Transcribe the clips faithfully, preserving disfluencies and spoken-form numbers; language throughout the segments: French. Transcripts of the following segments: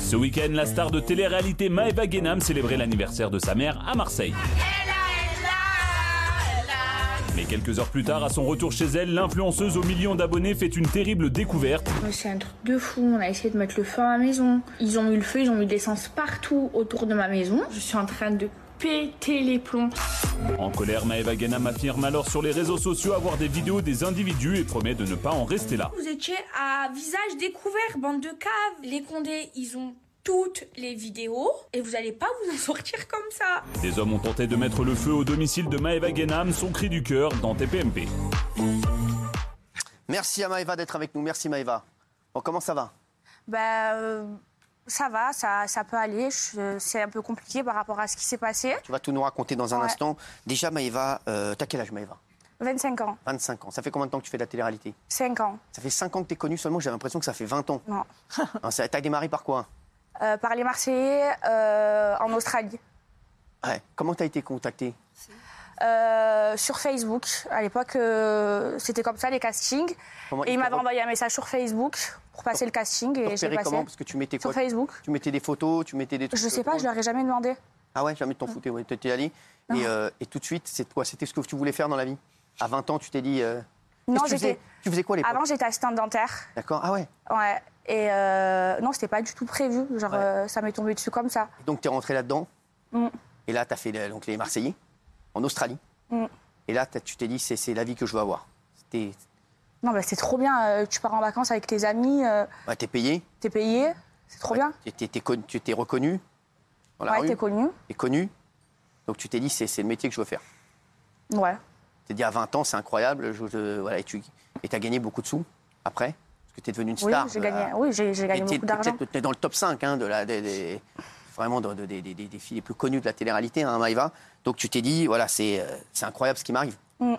Ce week-end, la star de télé-réalité Maëva Guénam célébrait l'anniversaire de sa mère à Marseille. Mais quelques heures plus tard, à son retour chez elle, l'influenceuse aux millions d'abonnés fait une terrible découverte. C'est un truc de fou, on a essayé de mettre le feu à ma maison. Ils ont mis le feu, ils ont mis de l'essence partout autour de ma maison. Je suis en train de péter les plombs. En colère, Maëva Guénam affirme alors sur les réseaux sociaux avoir des vidéos des individus et promet de ne pas en rester là. Vous étiez à visage découvert, bande de caves. Les Condés, ils ont toutes les vidéos et vous allez pas vous en sortir comme ça. Des hommes ont tenté de mettre le feu au domicile de Maëva Guénam, son cri du cœur dans T P M P. Merci à Maëva d'être avec nous, merci Maëva. Bon, comment ça va? Bah, euh, ça va, ça, ça peut aller. Je- C'est un peu compliqué par rapport à ce qui s'est passé. Tu vas tout nous raconter dans un Ouais. instant. Déjà Maëva, euh, t'as quel âge Maëva? vingt-cinq ans, vingt-cinq ans. Ça fait combien de temps que tu fais de la télé-réalité? cinq ans, Ça fait cinq ans que t'es connue seulement, j'ai l'impression que ça fait vingt ans. non. Hein, ça- T'as démarré par quoi? Euh, par les Marseillais euh, en Australie. Ouais. Comment t'as été contactée? Euh, sur Facebook. À l'époque, euh, c'était comme ça, les castings. Comment Et il ils m'avait t'ont envoyé un message sur Facebook pour passer le casting et j'ai repéré passé. comment? Parce que tu mettais Sur quoi? Facebook. Tu mettais des photos, tu mettais des trucs. Je sais pas, je leur ai jamais demandé. Ah ouais, jamais de t'en foutais, ouais. T'étais allée. Et, euh, et tout de suite, c'est quoi? C'était ce que tu voulais faire dans la vie? À vingt ans, tu t'es dit. euh, Non, qu'est-ce que tu j'étais. faisais Tu faisais quoi à l'époque? Avant, j'étais assistante dentaire. D'accord, ah ouais. Ouais. Et euh, non, c'était pas du tout prévu. Genre, Ouais. euh, ça m'est tombé dessus comme ça. Et donc, tu es rentré là-dedans. Mm. Et là, tu as fait le- donc, les Marseillais, en Australie. Mm. Et là, t'as- tu t'es dit, c'est c'est la vie que je veux avoir. C'était- Non, bah, c'est trop bien. euh, tu pars en vacances avec tes amis, euh, ouais, t'es payé. t'es payé. C'est trop bien. Tu t'es- t'es con- tu t'es reconnu dans la Ouais, rue. t'es connu. T'es connu. Donc, tu t'es dit, c'est c'est le métier que je veux faire. Ouais. Tu t'es dit, à vingt ans, c'est incroyable. Je, je- voilà, et tu as gagné beaucoup de sous après. Parce que tu es devenu une Oui, star. j'ai de la- gagné, oui, j'ai j'ai gagné Et t'es- beaucoup t'es d'argent. peut-être t'es dans le top cinq hein, de la, des, des- vraiment de- de- des, des- des- des filles les plus connues de la télé-réalité, hein, Maëva. Donc tu t'es dit, voilà, c'est euh, c'est incroyable ce qui m'arrive. Mm.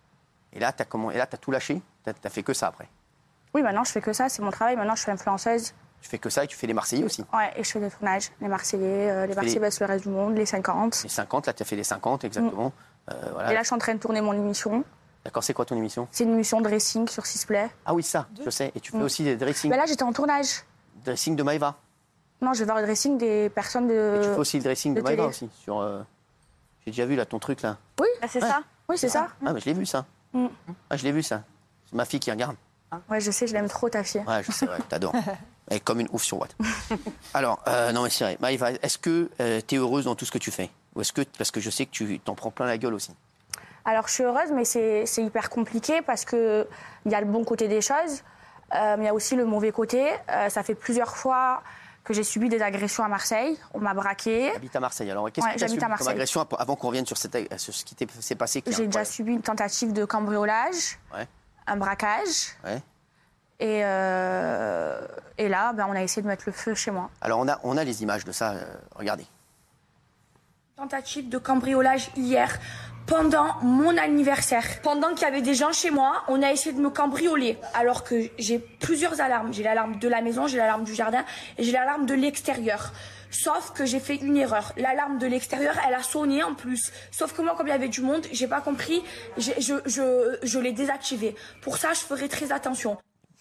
Et là, tu as, as tout lâché. Tu n'as fait que ça après. Oui, maintenant, je fais que ça. C'est mon travail. Maintenant, je suis influenceuse. Tu fais que ça et tu fais les Marseillais aussi. Ouais, et je fais des tournages. Les Marseillais, euh, les Marseillais les- baissent le reste du monde, les cinquante. Les cinquante, là, tu as fait les cinquante, exactement. Euh, voilà. Et là, je suis en train de tourner mon émission. D'accord, c'est quoi ton émission? C'est une émission de dressing sur Sisplay. Ah oui, ça, je sais. Et tu fais Mm. aussi des dressings, Ben là, j'étais en tournage. dressing de Maëva. Non, je vais voir le dressing des personnes de. Et tu fais aussi le dressing de, de Maëva télé. aussi. Sur, euh, j'ai déjà vu là ton truc là. Oui, c'est Ouais. ça. oui, c'est ça. Ah, mais je l'ai vu ça. Mm. Ah, je l'ai vu ça. C'est ma fille qui regarde. Ouais, je sais, je l'aime trop, ta fille. Ouais, je sais, ouais, t'adores. Elle est comme une ouf sur Watt. Alors, euh, non, mais c'est vrai. Maëva, est-ce que tu es heureuse dans tout ce que tu fais? Ou est-ce que, parce que je sais que tu t'en prends plein la gueule aussi. Alors, je suis heureuse, mais c'est c'est hyper compliqué parce qu'il y a le bon côté des choses, euh, mais il y a aussi le mauvais côté. Euh, ça fait plusieurs fois que j'ai subi des agressions à Marseille. On m'a braqué. J'habite à Marseille. Alors, qu'est-ce Ouais, que tu as j'habite subi à comme Marseille. agression avant qu'on revienne sur, cette, sur ce qui t'est- s'est passé qui est J'ai déjà incroyable. subi une tentative de cambriolage, Ouais, un braquage. ouais. Et, euh, et là, ben, on a essayé de mettre le feu chez moi. Alors, on a, on a les images de ça. euh, regardez. Tentative de cambriolage hier, pendant mon anniversaire. Pendant qu'il y avait des gens chez moi, on a essayé de me cambrioler. Alors que j'ai plusieurs alarmes. J'ai l'alarme de la maison, j'ai l'alarme du jardin et j'ai l'alarme de l'extérieur. Sauf que j'ai fait une erreur. L'alarme de l'extérieur, elle a sonné en plus. Sauf que moi, comme il y avait du monde, j'ai pas compris. J'ai- Je, je, je l'ai désactivé. Pour ça, je ferai très attention.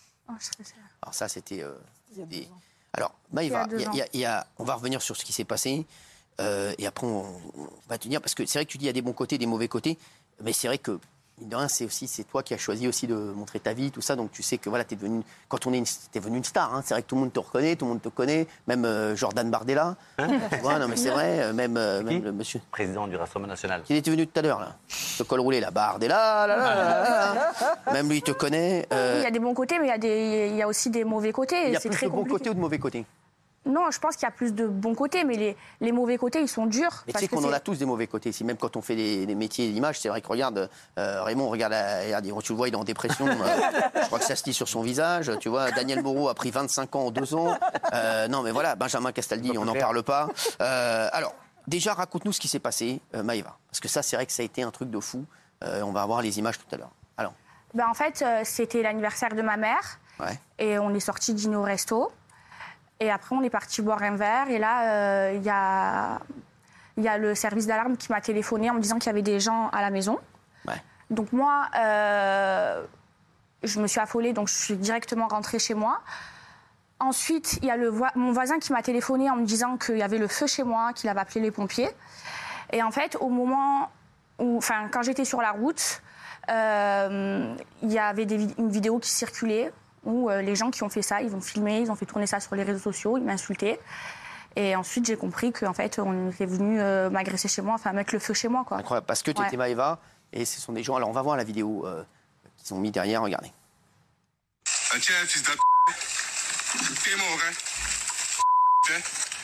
Alors, ça, c'était. euh, des- Alors, Maëva, Il y a deux il y a- il y a- il y a- on va revenir sur ce qui s'est passé. euh, et après, on, on va te dire. Parce que c'est vrai que tu dis qu'il y a des bons côtés, des mauvais côtés. Mais c'est vrai que. mine de rien, c'est aussi c'est toi qui as choisi aussi de montrer ta vie, tout ça. Donc tu sais que voilà, t'es devenu quand on est une, t'es devenu une star. Hein, c'est vrai que tout le monde te reconnaît, tout le monde te connaît, même euh, Jordan Bardella. Tu vois, non mais c'est vrai, euh, même, euh, même le monsieur. Président du Rassemblement national. Il était venu tout à l'heure là. Le col roulé, la Bardella, là, là, là, là, là. Même lui il te connaît. euh, Il y a des bons côtés, mais il y a, des, il y a aussi des mauvais côtés. il y a C'est plus très de bons compliqué. côtés ou de mauvais côtés? Non, je pense qu'il y a plus de bons côtés, mais les, les mauvais côtés, ils sont durs. Mais tu parce sais que qu'on en c'est- a tous des mauvais côtés ici, même quand on fait des, des métiers d'image, c'est vrai que regarde, euh, Raymond, regarde, la- regarde, tu le vois, il est en dépression, euh, je crois que ça se lit sur son visage, tu vois, Daniel Moreau a pris vingt-cinq ans en deux ans, euh, non mais voilà, Benjamin Castaldi, on n'en parle pas. Euh, alors, déjà, raconte-nous ce qui s'est passé, euh, Maëva, parce que ça, c'est vrai que ça a été un truc de fou, euh, on va avoir les images tout à l'heure. Alors, Ben, en fait, euh, c'était l'anniversaire de ma mère, ouais, et on est sorti dîner au resto. Et après, on est parti boire un verre, et là, euh, il y a... il y a le service d'alarme qui m'a téléphoné en me disant qu'il y avait des gens à la maison. ouais, Donc moi, euh, je me suis affolée, donc je suis directement rentrée chez moi. Ensuite, il y a le vo- mon voisin qui m'a téléphoné en me disant qu'il y avait le feu chez moi, qu'il avait appelé les pompiers. Et en fait, au moment où, enfin, quand j'étais sur la route, euh, il y avait des vid- une vidéo qui circulait où euh, les gens qui ont fait ça, ils ont filmé, ils ont fait tourner ça sur les réseaux sociaux, ils m'insultaient. Et ensuite, j'ai compris qu'en fait, on était venu euh, m'agresser chez moi, enfin mettre le feu chez moi, quoi. Incroyable, parce que tu étais Ouais. Maëva, et ce sont des gens... Alors, on va voir la vidéo euh, qu'ils ont mis derrière, regardez. Ah, tiens, fils de p***. T'es mort, hein. Tiens.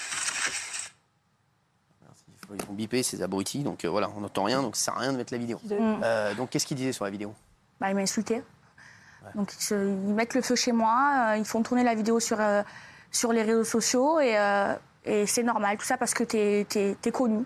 Ils ont bipé, ces abrutis, donc euh, voilà, on n'entend rien, donc ça sert à rien de mettre la vidéo. Euh, donc, qu'est-ce qu'ils disaient sur la vidéo? Bah, ils m'insultaient. Donc, ils, se- ils mettent le feu chez moi, euh, ils font tourner la vidéo sur, euh, sur les réseaux sociaux, et, euh, et c'est normal, tout ça parce que t'es, t'es, t'es connu.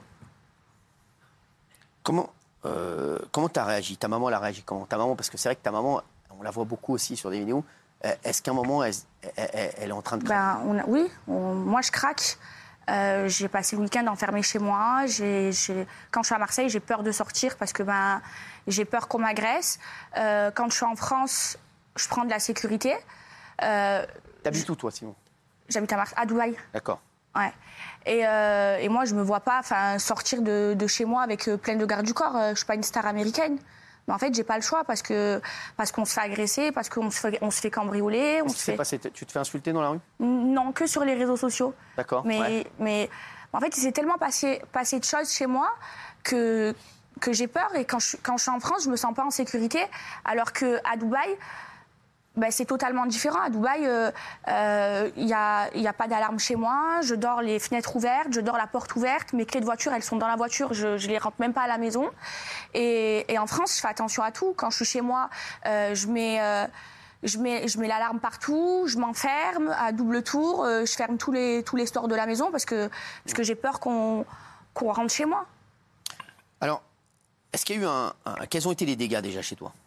Comment euh, comment t'as réagi? Ta maman, elle a réagi comment? Ta maman, parce que c'est vrai que ta maman, on la voit beaucoup aussi sur des vidéos. Euh, Est-ce qu'à un moment, elle, elle- elle- elle est en train de... Ben, on a- oui, on- moi je craque. Euh, j'ai passé le week-end enfermée chez moi. J'ai, j'ai- quand je suis à Marseille, j'ai peur de sortir parce que ben, j'ai peur qu'on m'agresse. Euh, quand je suis en France, je prends de la sécurité. Euh, T'habites où, toi, sinon? j'habite à, Mar- à Dubaï. D'accord. Ouais. Et, euh, et moi, je me vois pas sortir de, de chez moi avec euh, plein de gardes du corps. Euh, je suis pas une star américaine. Mais en fait, j'ai pas le choix parce que parce qu'on se fait agresser, parce qu'on se fait, on se fait cambrioler. On Qu'est-ce se qui s'est fait... passé? Tu te fais insulter dans la rue? Non, que sur les réseaux sociaux. D'accord. Mais, ouais. mais en fait, il s'est tellement passé, passé de choses chez moi que, que j'ai peur. Et quand je, quand je suis en France, je me sens pas en sécurité. Alors qu'à Dubaï, ben, c'est totalement différent. À Dubaï, il euh, euh, n'y a, y a pas d'alarme chez moi. Je dors les fenêtres ouvertes, je dors la porte ouverte. Mes clés de voiture, elles sont dans la voiture. Je ne les rentre même pas à la maison. Et, et en France, je fais attention à tout. Quand je suis chez moi, euh, je mets... Euh, Je mets, je mets l'alarme partout, je m'enferme à double tour, euh, je ferme tous les, tous les stores de la maison parce que, parce que j'ai peur qu'on qu'on rentre chez moi. Alors, est-ce qu'il y a eu un, un... Quels ont été les dégâts déjà chez toi?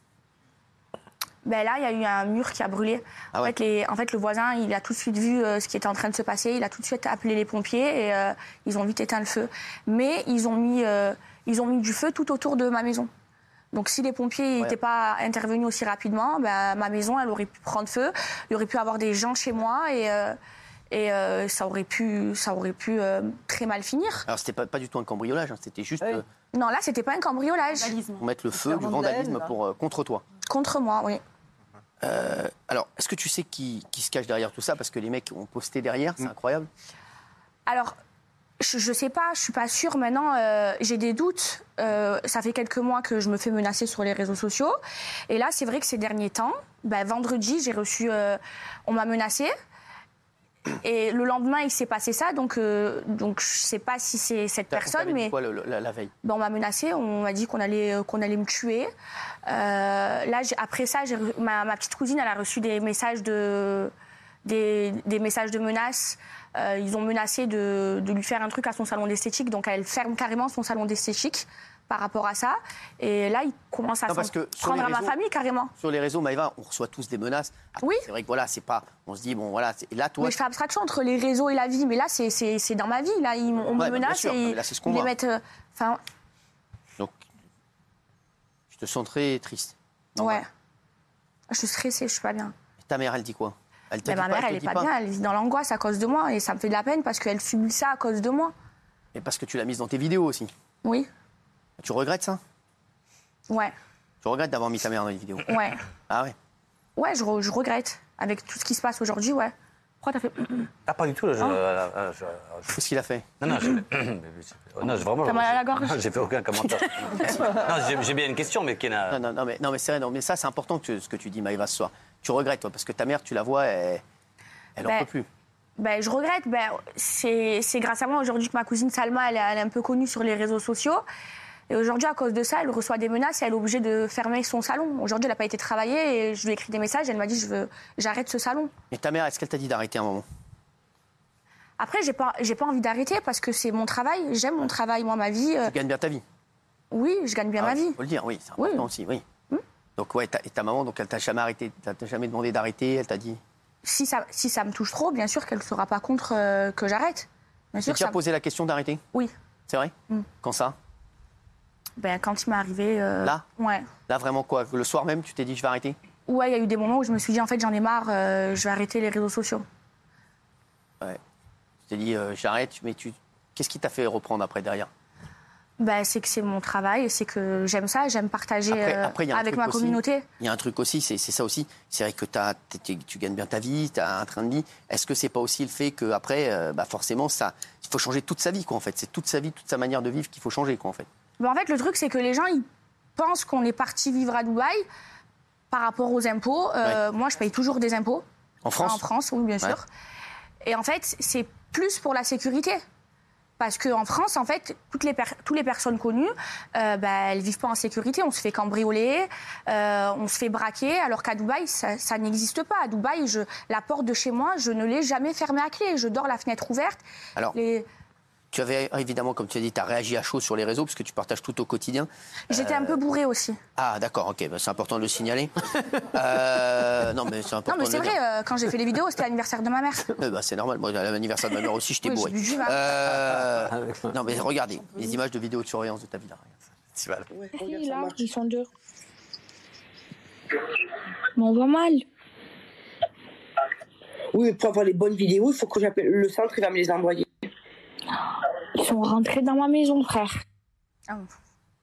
Ben là, il y a eu un mur qui a brûlé. Ah en, ouais. fait, les, en fait, le voisin, il a tout de suite vu euh, ce qui était en train de se passer. Il a tout de suite appelé les pompiers et euh, ils ont vite éteint le feu. Mais ils ont mis, euh, ils ont mis du feu tout autour de ma maison. Donc si les pompiers n'étaient Ouais. pas intervenus aussi rapidement, ben, ma maison, elle aurait pu prendre feu. Il y aurait pu avoir des gens chez moi et, euh, et euh, ça aurait pu, ça aurait pu euh, très mal finir. Alors, c'était pas, pas du tout un cambriolage, hein, c'était juste Oui. euh, Non, là, c'était pas un cambriolage. pour mettre le feu, du Clairement de la vandalisme haine, là. pour, euh, contre toi. Contre moi, oui. Alors, est-ce que tu sais qui, qui se cache derrière tout ça? Parce que les mecs ont posté derrière, c'est incroyable. Alors, je, je sais pas, je suis pas sûre. Maintenant, euh, j'ai des doutes. Euh, ça fait quelques mois que je me fais menacer sur les réseaux sociaux. Et là, c'est vrai que ces derniers temps, ben, vendredi, j'ai reçu... euh, on m'a menacée. Et le lendemain, il s'est passé ça. Donc, euh, donc je sais pas si c'est cette T'as- on personne, t'avait dit mais... quoi, le- le- la, la veille? Ben, on m'a menacée, on m'a dit qu'on allait, euh, qu'on allait me tuer. Euh, là, j'ai- après ça, j'ai re- ma, ma petite cousine, elle a reçu des messages de, des, des messages de menaces. Euh, ils ont menacé de, de lui faire un truc à son salon d'esthétique, donc elle ferme carrément son salon d'esthétique par rapport à ça. Et là, il commence à Non, s'en parce que sur prendre les à ma réseaux- famille carrément. Sur les réseaux, Maëva, on reçoit tous des menaces. Après, Oui. C'est vrai que voilà, c'est pas. On se dit, bon, voilà. c'est- Et là, toi. Mais je fais abstraction entre les réseaux et la vie, mais là, c'est, c'est, c'est dans ma vie. Là, ils, on Ouais, me bah, bien menace sûr, et mais là, c'est ce qu'on ils les voit. mettent. euh, Enfin, Donc, je te sens très triste. Non, ouais. voilà. Je suis stressée, je suis pas bien. Et ta mère, elle dit quoi? Elle te Mais dit ma pas, mère, te elle est dit pas, bien, elle vit dans l'angoisse à cause de moi et ça me fait de la peine parce qu'elle subit ça à cause de moi. Mais parce que tu l'as mise dans tes vidéos aussi. Oui, Tu regrettes ça? ouais, Tu regrettes d'avoir mis ta mère dans les vidéos? ouais. Ah ouais. Ouais, je, re- je regrette. Avec tout ce qui se passe aujourd'hui, ouais. Pourquoi t'as fait... Ah, pas du tout. Là, je, euh, euh, je- je- Qu'est-ce qu'il a fait? non, non, je- non, j'ai vraiment. T'as mal à la gorge? Non, j'ai fait aucun commentaire. non, j'ai- j'ai bien une question, mais qui n'a. Non, non, non, mais, non, mais c'est vrai, non, mais ça, c'est important que tu- ce que tu dis, Maëva, ce soir. Tu regrettes, toi, parce que ta mère, tu la vois, elle, elle en Ben, peut plus. Ben, je regrette. Ben, c'est c'est grâce à moi aujourd'hui que ma cousine Salma, elle, est- elle est un peu connue sur les réseaux sociaux. Et aujourd'hui, à cause de ça, elle reçoit des menaces et elle est obligée de fermer son salon. Aujourd'hui, elle n'a pas été travailler et je lui ai écrit des messages. Elle m'a dit, je veux, j'arrête ce salon. Et ta mère, est-ce qu'elle t'a dit d'arrêter un moment? Après, j'ai pas, j'ai pas envie d'arrêter parce que c'est mon travail. J'aime mon travail, moi, ma vie. euh, Tu gagnes bien ta vie? oui, je gagne bien Ah ma ouais, vie. faut le dire, oui, c'est Oui. important aussi, oui. Donc, ouais, ta, et ta maman, donc, elle t'a jamais arrêté, elle t'a jamais demandé d'arrêter, elle t'a dit. Si ça, si ça me touche trop, bien sûr qu'elle ne sera pas contre euh, que j'arrête. Bien Tu sûr, t'as déjà ça... posé la question d'arrêter? Oui. C'est vrai? Mm. Quand ça? Ben, quand il m'est arrivé... euh, Là? Ouais. Là, vraiment quoi? Le soir même, tu t'es dit, je vais arrêter? Ouais, il y a eu des moments où je me suis dit, en fait, j'en ai marre, euh, je vais arrêter les réseaux sociaux. Ouais. Tu t'es dit, euh, j'arrête, mais tu... qu'est-ce qui t'a fait reprendre après, derrière? Bah, c'est que c'est mon travail, c'est que j'aime ça, j'aime partager Après- euh, après, il y a un avec truc ma aussi. communauté. Il y a un truc aussi, c'est c'est ça aussi. C'est vrai que t'as- t'es- tu gagnes bien ta vie, tu as un train de vie. Est-ce que c'est pas aussi le fait qu'après, euh, bah forcément, ça, il faut changer toute sa vie, quoi, en fait. C'est toute sa vie, toute sa manière de vivre qu'il faut changer, quoi, en fait. Bah, en fait, le truc, c'est que les gens, ils pensent qu'on est parti vivre à Dubaï par rapport aux impôts. Euh, Moi, je paye toujours des impôts. En France En France, oui, bien sûr. Ouais. Et en fait, c'est plus pour la sécurité. Parce qu'en France, en fait, toutes les, per- toutes les personnes connues, euh, bah, elles vivent pas en sécurité. On se fait cambrioler, euh, on se fait braquer, alors qu'à Dubaï, ça, ça n'existe pas. À Dubaï, je, la porte de chez moi, je ne l'ai jamais fermée à clé. Je dors la fenêtre ouverte. Alors, Les... tu avais, évidemment, comme tu as dit, tu as réagi à chaud sur les réseaux, puisque tu partages tout au quotidien. J'étais un peu bourrée aussi. Ah, d'accord, ok, bah, c'est important de le signaler. euh, non, mais c'est important Non, mais de c'est le vrai, dire. euh, quand j'ai fait les vidéos, c'était l'anniversaire de ma mère. Euh, bah, c'est normal, moi, à l'anniversaire de ma mère aussi, j'étais Oui, j'ai bourré. bu du vin. Euh, non, mais regardez, les images de vidéo de surveillance de ta vie, là. Festival. Oui, là, ils sont deux. Mais on voit mal. Oui, pour avoir les bonnes vidéos, il faut que j'appelle le centre, il va me les envoyer. Ils sont rentrés dans ma maison, frère. Ah bon.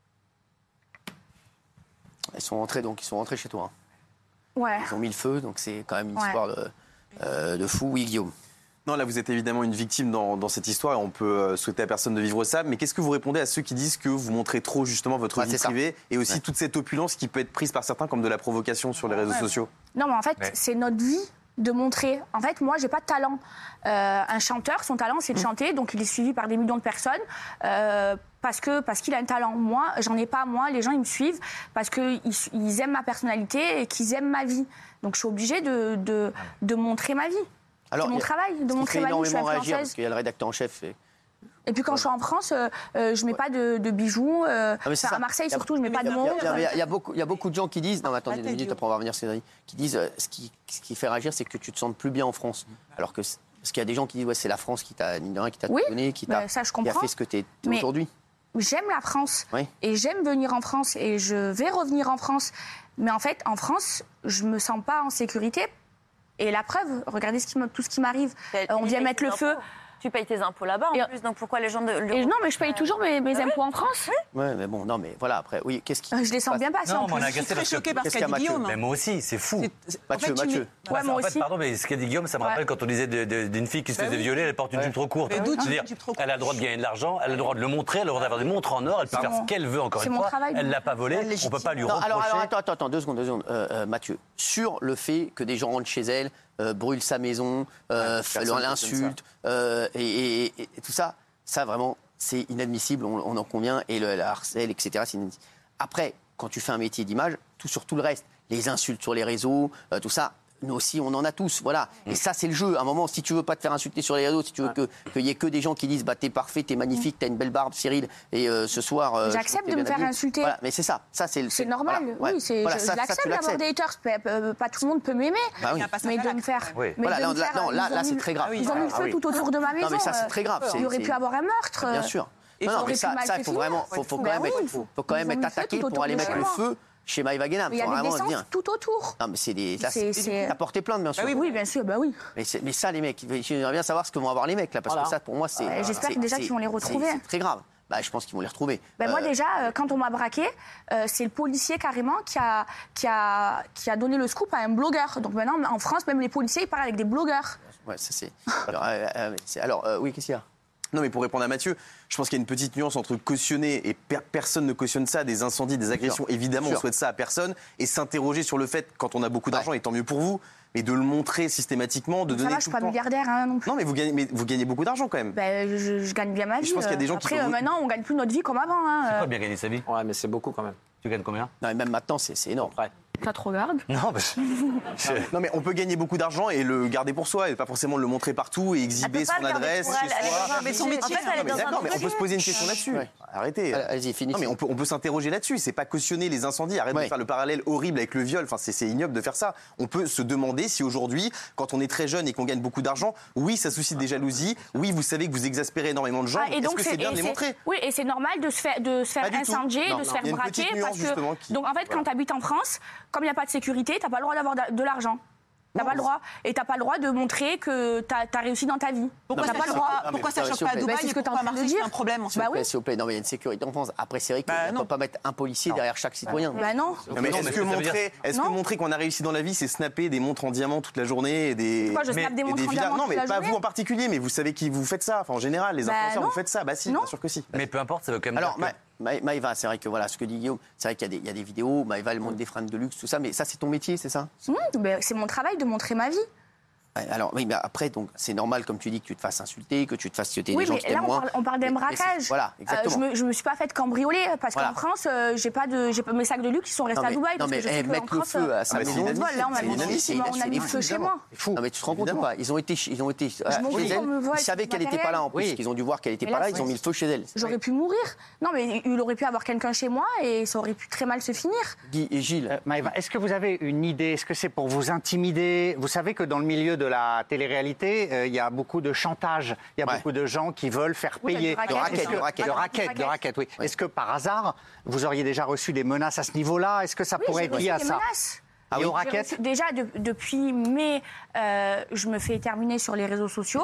Ils sont rentrés, donc ils sont rentrés chez toi. hein. Ouais. Ils ont mis le feu, donc c'est quand même une Ouais. histoire de, euh, de fou. Oui, Guillaume. Non, là, vous êtes évidemment une victime dans, dans cette histoire et on peut euh, souhaiter à personne de vivre ça. Mais qu'est-ce que vous répondez à ceux qui disent que vous montrez trop justement votre Ouais, vie c'est ça. privée et aussi Ouais. toute cette opulence qui peut être prise par certains comme de la provocation sur les réseaux sociaux? Non, mais en fait, Ouais. c'est notre vie de montrer. En fait, moi, j'ai pas de talent. Euh, un chanteur, son talent, c'est de chanter, donc il est suivi par des millions de personnes euh, parce que parce qu'il a un talent. Moi, j'en ai pas. Moi, les gens, ils me suivent parce qu'ils ils aiment ma personnalité et qu'ils aiment ma vie. Donc, je suis obligée de, de, de montrer ma vie. C'est il mon y a- travail, ce de qui montrer fait ma vie. Je suis énormément réagir, parce influenceuse. qu'il y a le rédacteur en chef. Et... Et puis quand je suis en France, euh, euh, je mets pas de, de bijoux. Euh, Ah, mais c'est enfin, ça. à Marseille Il y a- surtout, je mets pas de Il y a- montre. il y a- il y a- il y a beaucoup- il y a beaucoup de gens qui disent, non mais attendez deux minutes, après on va revenir Cédric, qui disent euh, ce, qui, ce qui fait réagir, c'est que tu te sens plus bien en France. Alors que, c'est- parce qu'il y a des gens qui disent, ouais, c'est la France qui t'a mine de rien, qui t'a Oui, tout donné, qui bah, t'a ça, je qui a comprends. fait ce que tu es Mais- aujourd'hui. J'aime la France Oui. et j'aime venir en France et je vais revenir en France. Mais en fait, en France, je me sens pas en sécurité. Et la preuve, regardez ce qui me- tout ce qui m'arrive. Euh, on vient mettre le feu. Tu payes tes impôts là-bas en Et- plus, donc pourquoi les gens de Et non, mais je paye toujours mes, mes impôts en France. Ouais, mais bon, non, mais voilà, après, oui, qu'est-ce qui. Euh, Je les sens bien passer Non, en mais on plus. a Je suis agacé très parce que... choquée par ce qu'est-ce qu'a qu'il y a, dit Guillaume. Mais moi aussi, c'est fou. C'est- Mathieu, en fait, tu Mathieu. mets- Ouais, moi en fait, aussi. pardon, mais ce qu'a dit Guillaume, ça me Ouais. rappelle quand on disait de- de- d'une fille qui se Bah faisait oui. violer, elle porte une jupe trop courte. Mais d'où tu C'est-à-dire, une jupe trop courte elle a le droit de gagner de l'argent, elle a le droit de le montrer, elle a le droit d'avoir des montres en or, elle peut C'est faire mon- ce qu'elle veut encore c'est une mon fois. travail, Elle moi. l'a pas volé, on peut pas lui Non, reprocher. alors, alors, attends, attends, attends, deux secondes, deux secondes. Euh, euh, Mathieu, sur le fait que des gens rentrent chez elle, euh, brûlent sa maison, euh, Ouais, f- personne l'insultent, euh, et, et- et- et tout ça, ça vraiment, c'est inadmissible, on, on en convient, et le, la harcèle, et cetera. c'est inadmissible. Après, quand tu fais un métier d'image, tout sur tout le reste, les insultes sur les réseaux, euh, tout ça, nous aussi, on en a tous, voilà. Et ça, c'est le jeu. À un moment, si tu veux pas te faire insulter sur les réseaux, si tu veux que qu'il y ait que des gens qui disent, bah t'es parfait, t'es magnifique, t'as une belle barbe, Cyril, et euh, ce soir, euh, je J'accepte trouve que de t'es me bien faire habillé. insulter. Voilà, mais c'est ça, ça c'est le- C'est normal, voilà, ouais. oui, c'est, Voilà, je, ça- je ça, tu l'accepte d'avoir des haters. Peu- peu- Pas tout le monde peut m'aimer, Bah oui. Il y a pas ça mais à de faire. me faire. Oui. mais Voilà, de là, me là, faire- non, là, ils ont là, c'est mis- très grave. Ils ont mis le Ah feu oui. tout autour de ma maison. Non, mais ça, c'est euh, très grave. Il y aurait c'est- pu avoir un meurtre. Bien euh, sûr. Et Non, ça non, aurait mais pu ça, mal ça, se il faut finir. vraiment, faut, faut quand Bah même oui. être, faut, faut quand Ils même ont être mis le feu attaqué tout pour aller autour de mettre chez le moi. feu chez Maëva Guénam. Mais il y Faut a des vraiment se essences dire. tout autour. Non, mais c'est des. Là, C'est- c'est- c'est- T'as porté plainte, bien sûr. Oui, oui, bien sûr, bah oui. Mais, c'est- mais ça, les mecs, j'aimerais bien savoir ce que vont avoir les mecs là, parce que ça, pour moi, c'est. Ouais, j'espère c'est- déjà c'est- qu'ils vont les c'est- retrouver. C'est très grave. Bah, je pense qu'ils vont les retrouver. Ben moi Euh, déjà, euh, quand on m'a braqué, euh, c'est le policier carrément qui a, qui, a, qui a donné le scoop à un blogueur. Donc maintenant, en France, même les policiers, ils parlent avec des blogueurs. Ouais, ça c'est. Alors, euh, euh, c'est- alors, euh, oui, qu'est-ce qu'il y a? Non, mais pour répondre à Mathieu, je pense qu'il y a une petite nuance entre cautionner et per- personne ne cautionne ça, des incendies, des agressions. Sûr. Évidemment, Sûr. on souhaite ça à personne et s'interroger sur le fait, quand on a beaucoup d'argent, et tant mieux pour vous, mais de le montrer systématiquement, de Ça donner va, tout je suis le pas temps. milliardaire hein, non plus. Non, mais vous gagnez, mais vous gagnez beaucoup d'argent quand même. Ben, je, je gagne bien ma Et vie. je pense qu'il y a des gens euh. qui Après, sont- euh, maintenant, on gagne plus notre vie comme avant. Hein. C'est euh. quoi bien gagner sa vie? Ouais, mais c'est beaucoup quand même. Tu gagnes combien? Non, mais même maintenant, c'est c'est énorme. Après. Ça te regarde. Non, parce que... Non, mais on peut gagner beaucoup d'argent et le garder pour soi et pas forcément le montrer partout et Elle exhiber peut pas son le garder adresse pour chez elle, elle est soi. dans un mais son budget. métier, En fait, elle est Non, mais dans un d'accord, mais on peut budget. se poser une question là-dessus. Ouais. Arrêtez. Allez-y, finissez. Non, mais on peut, on peut s'interroger là-dessus. C'est pas cautionner les incendies. Arrête Ouais. de faire le parallèle horrible avec le viol. Enfin, c'est c'est ignoble de faire ça. On peut se demander si aujourd'hui, quand on est très jeune et qu'on gagne beaucoup d'argent, oui, ça suscite des jalousies. Oui, vous savez que vous exaspérez énormément de gens. Ah, et Est-ce donc que c'est bien et de les montrer? Oui, et c'est normal de se faire, de se faire Pas du tout. incendier, Non, de se non. faire Il y a une braquer. petite nuance, Parce justement, que... qui- Donc en fait, voilà. quand tu habites en France, comme il n'y a pas de sécurité, tu n'as pas le droit d'avoir de l'argent. T'as pas le droit. Et t'as pas le droit de montrer que t'as as réussi dans ta vie. Pourquoi t'as ça pas le choque droit. pas- pourquoi ça Bah, choque s'il pas vous à plaît. Bah, Dubaï c'est ce et que t'es en pourquoi à train de Marseille, dire. c'est un problème S'il Bah vous plaît, oui. s'il vous plaît. Non, mais il y a une sécurité en France. Après, c'est vrai qu'on Bah ne non. peut pas mettre un policier derrière chaque citoyen. Bah non. Non, mais Non, est-ce mais que ça veut dire- montrer, est-ce que Non. montrer qu'on a réussi dans la vie, c'est snapper des montres en diamant toute la journée et des, Pourquoi je mais- snappe des et montres en villas diamant Non, toute mais la pas journée vous en particulier, mais vous savez qui vous faites ça. Enfin, en général, les Bah influenceurs, non. vous faites ça. Bah si, Non. bien sûr que si. Mais peu importe, ça veut quand même Alors, dire que- Ma- Ma- Maëva, c'est vrai que voilà, ce que dit Guillaume, c'est vrai qu'il y, a des- il y a des vidéos, Maëva, elle montre des fringues de luxe, tout ça, mais ça, c'est ton métier, c'est ça? Mmh, bah, c'est mon travail de montrer ma vie. Ouais, Alors, oui, mais après, donc, c'est normal, comme tu dis, que tu te fasses insulter, que tu te fasses tuer Oui, des gens mais qui t'aiment là, on moins. parle, on parle d'un Mais- mais c'est- braquage. Voilà, Euh, exactement. je, me, je me suis pas faite cambrioler parce Voilà. qu'en France, euh, j'ai pas de, j'ai pas mes sacs de luxe qui sont restés Non, à mais- Dubaï. non, parce mais, que je eh, sais qu'en mettre le France, feu à sa euh, maison, on se vole, là, on a c'est mis, inadmissible, on a mis le feu chez moi. Non, mais tu te rends compte ou pas? Ils ont été, ils ont été m'en chez fous elle. qu'on me vole Ils savaient tout qu'elle le n'était pas là en plus. Oui. Ils ont dû voir qu'elle n'était Mais pas là, là. Ils ont ouais. mis le feu chez elle. J'aurais pu mourir. Non, mais il aurait pu avoir quelqu'un chez moi et ça aurait pu très mal se finir. Guy et Gilles. Euh, Maëva, est-ce que vous avez une idée? Est-ce que c'est pour vous intimider? Vous savez que dans le milieu de la télé-réalité, euh, il y a beaucoup de chantage. Il y a Ouais. beaucoup de gens qui veulent faire Oui, payer. de raquettes. De raquettes, Est-ce que- de raquettes. De raquettes, de raquettes, oui. Est-ce que par hasard, vous auriez déjà reçu des menaces à ce niveau-là? Est-ce que ça Oui, pourrait j'ai être reçu lié à des ça? menaces. Et aux J'ai raquettes? reçu- Déjà, de- depuis mai, euh, je me fais terminer sur les réseaux sociaux.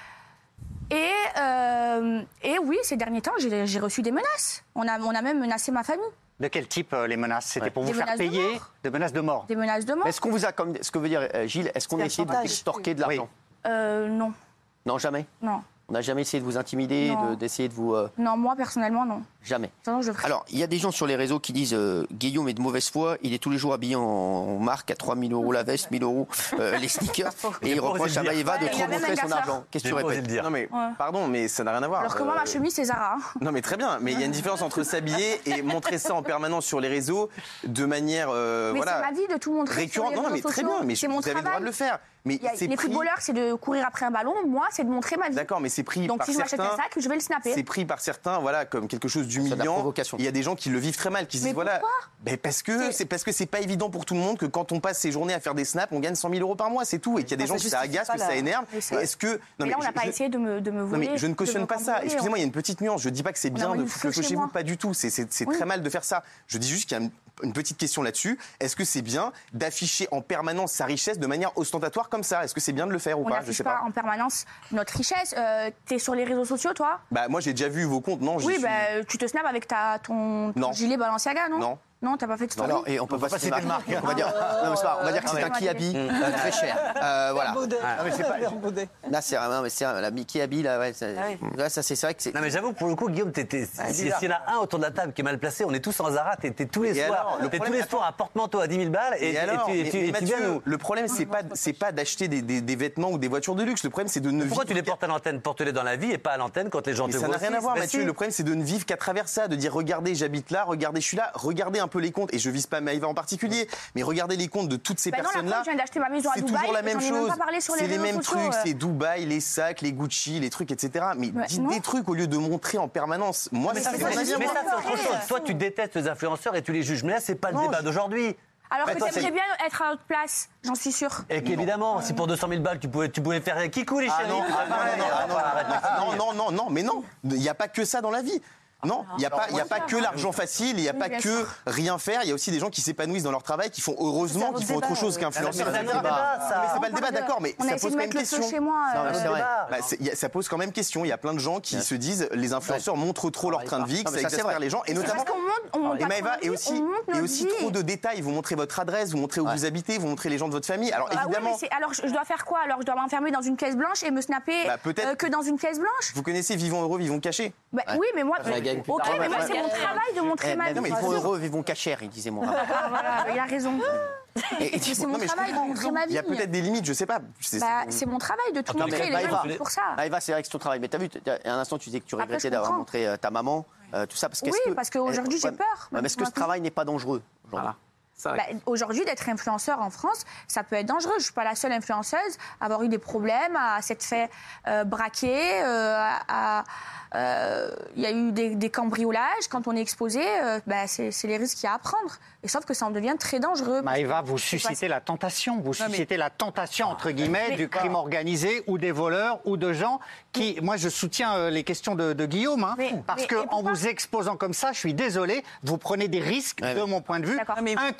Et, euh, et oui, ces derniers temps, j'ai j'ai reçu des menaces. On a, on a même menacé ma famille. De quel type, euh, les menaces? C'était pour vous Des faire menaces de payer? mort. Des menaces de mort? Des menaces de mort. Est-ce qu'on vous a, comme ce que veut dire euh, Gilles, est-ce qu'on C'est a un essayé de vous chantage. extorquer de l'argent? Euh, non, Non, jamais. non. On n'a jamais essayé de vous intimider, Non. de- d'essayer de, vous. euh, Non, moi, personnellement, non. jamais. Sinon, je le ferais. Alors, il y a des gens sur les réseaux qui disent euh, Guillaume est de mauvaise foi, il est tous les jours habillé en, en marque à trois mille euros la veste, mille euros euh, les sneakers, et il pas osé reproche le à dire. Maëva de Ouais, il y trop a même montrer un son gaffeur. argent. Qu'est-ce que J'ai tu pas osé répètes? le dire. Non mais pardon, mais ça n'a rien à voir. Alors que moi, Euh, ma chemise, c'est Zara. hein. Non mais très bien, mais il y a une différence entre s'habiller et montrer ça en permanence sur les réseaux de manière euh, Mais voilà c'est ma vie de tout montrer récurrente. sur les Non, non, mais réseaux très sociaux. bien, mais C'est vous mon avez le droit travail. de le faire. Mais Il y a- c'est les pris. footballeurs, c'est de courir après un ballon. Moi, c'est de montrer ma vie. D'accord, mais c'est pris Donc, par si je m'achète certains. un sac, je vais le snapper. C'est pris par certains, voilà, comme quelque chose de la d'humiliant. provocation. Il y a des gens qui le vivent très mal, qui se Mais disent voilà. pourquoi Ben parce que C'est- c'est parce que c'est pas évident pour tout le monde que quand on passe ses journées à faire des snaps, on gagne cent mille euros par mois, c'est tout, et qu'il y a des Ça gens qui ça justifie agace, pas que la- ça énerve. Mais c'est- Et Est-ce que non Mais là, on n'a je- pas je- essayé de me, de me Non voler. mais je ne de cautionne me pas ça. cambrioler. Excusez-moi, il y a une petite nuance. Je dis pas que c'est On a bien mis de le foutre feu le feu chez chez vous, moi. pas du tout. C'est c'est- c'est Oui. très mal de faire ça. Je dis juste qu'il y a une, une petite question là-dessus. Est-ce que c'est bien d'afficher en permanence sa richesse de manière ostentatoire comme ça? Est-ce que c'est bien de le faire ou On pas? Je n'affiche sais pas pas. en permanence notre richesse. Euh, T'es sur les réseaux sociaux, toi? Bah moi j'ai déjà vu vos comptes. Non, j'y Oui, suis- bah, tu te snaps avec ta, ton, ton Non. gilet Balenciaga, non? Non. Non, t'as pas fait de story? Alors, et on peut pas citer de marque. On va dire, non, mais c'est pas- on va dire que c'est un Kiabi euh, très cher. Euh, voilà. Ah, mais c'est pas- Là, c'est non, mais c'est un- la Kiabi là, ouais, c'est- là, ça c'est c'est vrai que c'est. Non mais j'avoue pour le coup Guillaume, t'es- t'es- s'il bizarre. s'il y en a un autour de la table qui est mal placé, on est tous en Zara, t'es t'es tous les Et soirs, alors, le t'es tous problème- les soirs à porte-manteau à dix mille balles et, Et et alors, tu, et mais- tu- mais et tu Mathieu, viens nous. le problème c'est pas c'est pas d'acheter des, des- des vêtements ou des voitures de luxe. Le problème c'est de ne Pourquoi vivre tu les qu'à- portes à l'antenne? Porte-les dans la vie et pas à l'antenne quand les gens Mais te ça n'a grossissent. rien à voir, Bah Mathieu. si. Le problème, c'est de ne vivre qu'à travers ça, de dire regardez, j'habite là, regardez, je suis là, regardez un peu les comptes. Et je vise pas Maëva en particulier, mais regardez les comptes de toutes ces Ben non, la personnes-là. preuve, je viens d'acheter ma maison à C'est Dubaï, toujours la j'en même ai même chose. pas parlé sur les C'est les réseaux mêmes sociaux, trucs, euh. c'est Dubaï, les sacs, les Gucci, les trucs, et cetera. Mais Ouais, dites non. des trucs au lieu de montrer en permanence. Moi, Mais c'est ça, mon c'est avis à mais moi. ça, c'est autre chose. Toi, tu détestes les influenceurs et tu les juges. Mais là, c'est pas le Non, débat je- d'aujourd'hui. Alors Bah, que toi, t'aimerais c'est- bien être à notre place, j'en suis sûre. Et qu'évidemment, si pour deux cent mille balles, tu pouvais, tu pouvais faire Kikou les Ah chéris. non, c'est ah non, pareil, non, on va ah non, pas arrêter. non, non, non, non, mais non, il n'y a pas que ça dans la vie. Non, il n'y a pas, il y a pas que l'argent facile, il n'y a Oui, pas bien que sûr. rien faire. Il y a aussi des gens qui s'épanouissent dans leur travail, qui font heureusement, C'est un qui font autre autre débat, chose ouais. qu'influenceurs. Mais c'est un et cetera. autre débat, ça. Non, mais c'est pas le On débat, parle de- d'accord, mais on a ça essayé pose de quand même mettre le feu question. chez moi, Non, euh, mais C'est c'est un vrai. débat. Bah, c'est- y a- ça pose quand même question. Il y a plein de gens qui se disent les influenceurs montrent trop leur train de vie, que Non, mais ça ça, c'est exaspère vrai. les gens, et C'est notamment. parce qu'on monte, on monte Et pas Maëva, notre et vie, aussi, on monte et notre aussi vie. trop de détails. Vous montrez votre adresse, vous montrez où vous habitez, vous montrez les gens de votre famille. Alors Ah oui, évidemment, mais c'est- alors je je dois faire quoi? Alors je dois m'enfermer dans une pièce blanche et me snapper Bah, peut-être- euh, que dans une pièce blanche? vous connaissez Vivons heureux, vivons cachés. Bah, Oui, mais moi, la gagne plus ok, tard. mais moi Ouais, c'est ouais. mon travail de montrer Eh, ma mais vie. non, mais ils vont heureux, ils vont cachère, il disait mon papa. Ah, voilà, il a raison. Et- et- C'est mon Non, mais je travail de comprends. montrer ma Il y a vie. peut-être des limites, je sais pas. C'est- Bah, c'est mon travail de tout Attends, montrer. mais Les Maëva, gens, c'est pour ça. Maëva, c'est vrai que c'est ton travail. Mais t'as vu, t'as- un instant, tu disais que tu Après, regrettais je d'avoir comprends. montré euh, ta maman, euh, tout ça. Parce qu'est-ce Oui, que- parce qu'aujourd'hui, Eh, j'ai ouais, peur. ouais, mais est-ce que ce travail n'est pas dangereux aujourd'hui? Bah, aujourd'hui, d'être influenceur en France, ça peut être dangereux. Je suis pas la seule influenceuse à avoir eu des problèmes, à s'être fait euh, braquer, euh, à- à- euh, il y a eu des, des cambriolages. Quand on est exposé, euh, bah, c'est c'est les risques qu'il y a à prendre. Et sauf que ça en devient très dangereux. Maëva, vous C'est pas- suscitez la tentation, vous Non, mais- suscitez la tentation, entre guillemets, Mais- du crime organisé ou des voleurs ou de gens qui... Moi, je soutiens euh, les questions de, de Guillaume, hein, Mais- parce mais- que et en pourquoi vous exposant comme ça, je suis désolé, vous prenez des risques, Ouais, de mais- mon point de vue, D'accord. Mais- inconsidérés.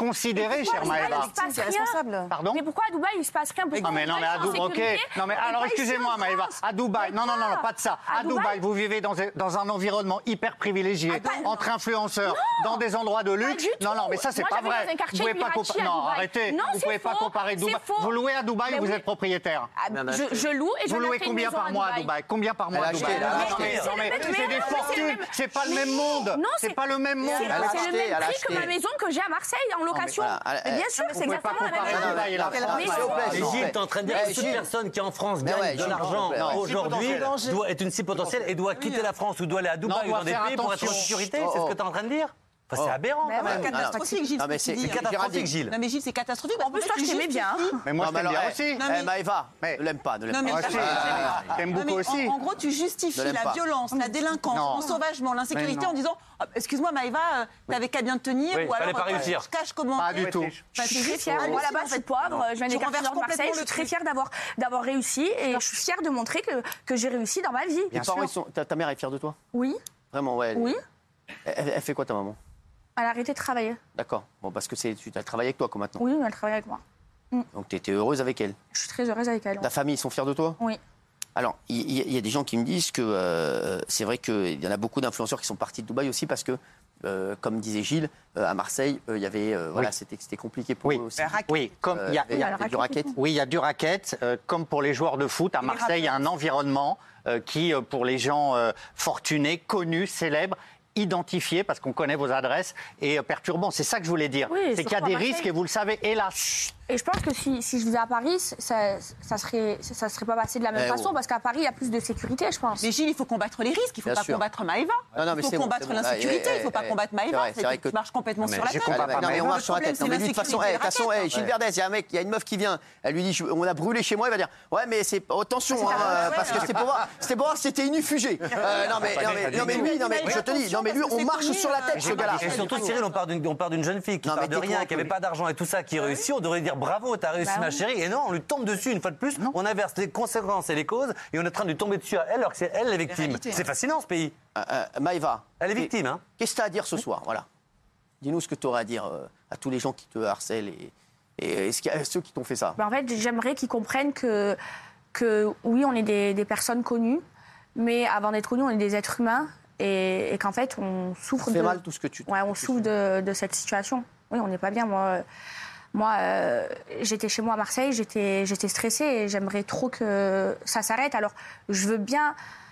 considérer, chère Pourquoi à Dubaï, Maëva. il se passe C'est rien responsable. Pardon? Mais pourquoi à Dubaï il se passe rien? Pourquoi Non mais non on mais à est en Dubaï, ok. sécurité Non mais et alors pas ici excusez-moi en Maëva, France? à Dubaï, Mais non non non, quoi? pas de ça. À À Dubaï, Dubaï, vous vivez dans, dans un environnement hyper privilégié, Ah bah, entre influenceurs, dans des endroits de luxe. du Non tout. non mais ça c'est Moi, pas j'habite vrai. dans un quartier Vous pouvez pas Mirachi compa- à Non Dubaï. arrêtez. Non, Vous c'est pouvez pas faux, comparer c'est Dubaï. faux. Vous louez à Dubaï Mais ou vous oui. êtes propriétaire? Ah, je, je loue et je Vous viens louez d'acheter une combien maison par mois à Dubaï? Combien par mois à Elle a Dubaï? acheté, elle a Non, acheté. mais- C'est non, le mais même- c'est mais des c'est le fortunes, même- c'est pas le Mais même monde. non, C'est c'est- pas le même monde. C'est Elle a c'est acheté, le même elle a prix acheté. que ma maison que j'ai à Marseille en location. voilà, elle- Mais bien elle- sûr, mais vous c'est pouvez pas exactement la comparer même chose. Dubaï et la Mais France. oui. S'il vous plaît, Et s'il vous Gilles, plaît. t'es en train de dire Eh, que toute Gilles. personne qui en France Mais gagne ouais, de Gilles, l'argent s'il vous plaît. aujourd'hui potentiel. doit être une cible potentielle et doit quitter la France ou doit aller à Dubaï ou doit dans des faire pays pour être en attention. sécurité. Oh, C'est ce oh. que tu es en train de dire. Enfin, c'est Oh. aberrant Mais quand ouais. même. C'est catastrophique, Gilles, Non, ce mais que c'est tu dis. C'est catastrophique, Géraldine. Gilles. Non mais Gilles, c'est catastrophique. En plus, toi, je t'aimais bien. Mais moi Non, je mais t'aime alors, bien eh, aussi. Non, eh, mais- Maëva, Mais- ne l'aime pas, ne l'aime Non, mais- pas. Moi aussi. Ah. T'aimes Non, mais beaucoup aussi. en, en gros, tu justifies Ne l'aime la pas. violence, la délinquance, Non. l'ensauvagement, Mais l'insécurité non. en disant ah, excuse-moi Maëva, euh, t'avais qu'à bien te tenir Oui, ou fallait alors pas euh, réussir. je cache comment. Pas du tout. Enfin, Je suis c'est très juste fière. Moi, hallucinant, là-bas, en je suis fait. pauvre. Je viens des Tu quartiers renverses nord de Marseille. complètement Je suis le très truc. fière d'avoir, d'avoir réussi et je suis fière de montrer que, que j'ai réussi dans ma vie. Tes parents, ils sont- ta, ta mère est fière de toi? Oui, Vraiment, ouais. elle- oui. Elle, elle fait quoi, ta maman? Elle a arrêté de travailler. D'accord. Bon, parce que c'est, tu as travaillé avec toi, comme maintenant. Oui, elle travaille avec moi. Donc, tu étais heureuse avec elle. Je suis très heureuse avec elle. Ta famille, ils sont fiers de toi? Oui. Alors, il y, il y a des gens qui me disent que euh, c'est vrai qu'il y en a beaucoup d'influenceurs qui sont partis de Dubaï aussi parce que, euh, comme disait Gilles, euh, à Marseille, euh, il y avait, euh, voilà, c'était, c'était compliqué pour Oui. eux aussi. Oui, comme il y a, Euh, il y a- il y a du racket. oui, il y a du racket. euh, comme pour les joueurs de foot, à Marseille, il y a un environnement euh, qui, euh, pour les gens euh, fortunés, connus, célèbres, identifiés, parce qu'on connaît vos adresses, est euh, perturbant. C'est ça que je voulais dire. Oui, c'est qu'il y a surtout à des Marseille. risques et vous le savez, hélas. Et je pense que si, si je vivais à Paris, ça, ça serait, ça serait pas passé de la même Eh façon oh. parce qu'à Paris, il y a plus de sécurité, je pense. Mais Gilles, il faut combattre les risques, il ne faut Bien pas sûr. combattre Maëva. Non, non, mais il faut c'est bon, combattre c'est bon. l'insécurité, Ah, il ne faut eh, pas eh, combattre c'est Maëva. vrai, c'est vrai C'est que- tu marches complètement Mais sur la je tête. comprends Ah, pas non, mais Maëva. on marche sur la Le tête. Non, mais problème, lui, de toute c'est façon, l'insécurité eh, de toute façon, des eh, Gilles raquettes. Verdez, il y a un mec, il y a une meuf qui vient, elle lui dit, je- on a brûlé chez moi, il va dire, ouais, mais c'est, oh, attention, Ah, c'est hein, pas vrai, parce que ouais. c'était pour voir, c'était pour voir si c'était inifugé. Euh, non, mais, non, mais, non, mais lui, non, mais je te dis, non, mais lui, on marche sur la tête, ce gars-là. Et surtout, Cyril, on part d'une, on part d'une jeune fille qui Non, part mais de tais-toi rien, un qui peu. n'avait pas d'argent et tout ça, qui réussit. On devrait dire bravo, t'as réussi, Bah ma oui. chérie. Et non, on lui tombe dessus une fois de plus. On inverse les conséquences et les causes et on est en train de lui tomber dessus à elle alors que c'est elle la victime. réalités, C'est hein. fascinant ce pays. Euh, euh, Maëva. Elle est qu'est- victime, hein. Qu'est-ce que tu as à dire ce soir? Voilà. Dis-nous ce que tu auras à dire euh, à tous les gens qui te harcèlent et, et est-ce qu'il y a ceux qui t'ont fait ça. Ben, en fait, j'aimerais qu'ils comprennent que, que oui, on est des, des personnes connues, mais avant d'être connus, on est des êtres humains et, et qu'en fait, on souffre Ça fait de... mal tout ce que tu... Ouais, on tu souffre de, de cette situation. Oui, on n'est pas bien. Moi, moi euh, j'étais chez moi à Marseille, j'étais, j'étais stressée et j'aimerais trop que ça s'arrête. Alors, je veux bien,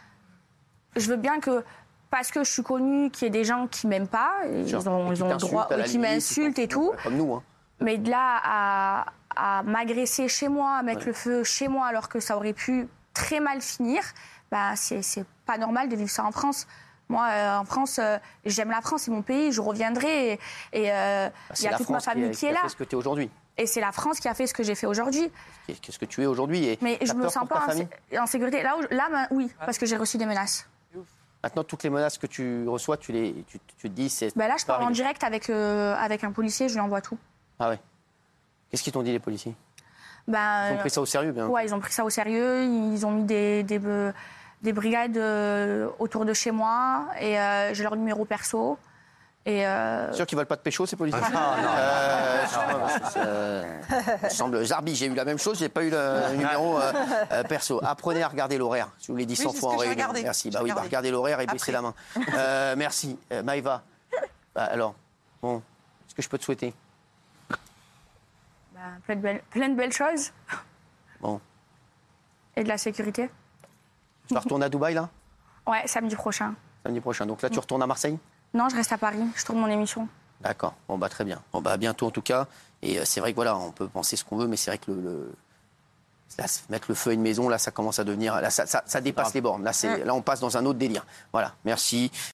je veux bien que, parce que je suis connue, qu'il y ait des gens qui m'aiment pas, ils Genre, ont, et qui ils ont le t'insultent droit, à la qui limite, m'insultent et qui t'en tout. foutent, Comme nous, hein. Mais de là à, à m'agresser chez moi, à mettre Ouais. le feu chez moi, alors que ça aurait pu très mal finir, bah, c'est, c'est pas normal de vivre ça en France. Moi, euh, en France, euh, j'aime la France, c'est mon pays, je reviendrai. Et il euh, Bah, y c'est a la toute France ma famille qui, qui, a- est qui a là. fait ce que tu es aujourd'hui. Et c'est la France qui a fait ce que j'ai fait aujourd'hui. Qu'est-ce que tu es aujourd'hui. Et Mais t'as je me peur sens pour ta pas en, famille sé- en sécurité. Là, où- là ben, oui, parce que j'ai reçu des menaces. Maintenant, toutes les menaces que tu reçois, tu, les, tu, tu te dis, c'est... Ben là, je ça parle en arrive. direct avec, euh, avec un policier, je lui envoie tout. Ah ouais. Qu'est-ce qu'ils t'ont dit, les policiers? Ben, Ils ont pris ça au sérieux, bien. Ouais, ils ont pris ça au sérieux. Ils ont mis des, des, euh, des brigades euh, autour de chez moi et euh, j'ai leur numéro perso. Et euh, Sûr qu'ils veulent pas de pécho, ces policiers? Ah, non, Euh, je sais pas, parce que ça- ça me semble. Zarbi, j'ai eu la même chose, j'ai pas eu le numéro euh, euh, perso. Apprenez à regarder l'horaire. Je vous l'ai dit Oui, cent c'est ce fois en que j'ai réunion. regardé. Merci. J'ai Bah oui, bah, regardé. regardez l'horaire et baissez Après. la main. Euh, merci. Euh, Maëva. Bah, alors, bon, est-ce que je peux te souhaiter? ben, plein, de belles, plein de belles choses Bon, et de la sécurité. tu vas retourner à Dubaï là, Ouais, samedi prochain. samedi prochain. Donc là, tu retournes à Marseille? Non, je reste à Paris. Je tourne mon émission. D'accord. Bon bah très bien. Bon bah à bientôt en tout cas. Et euh, c'est vrai que voilà, on peut penser ce qu'on veut, mais c'est vrai que le, le- là, se mettre le feu à une maison, là, ça commence à devenir, là, ça, ça, ça dépasse les bornes. Là, c'est, là, on passe dans un autre délire. Voilà. Merci.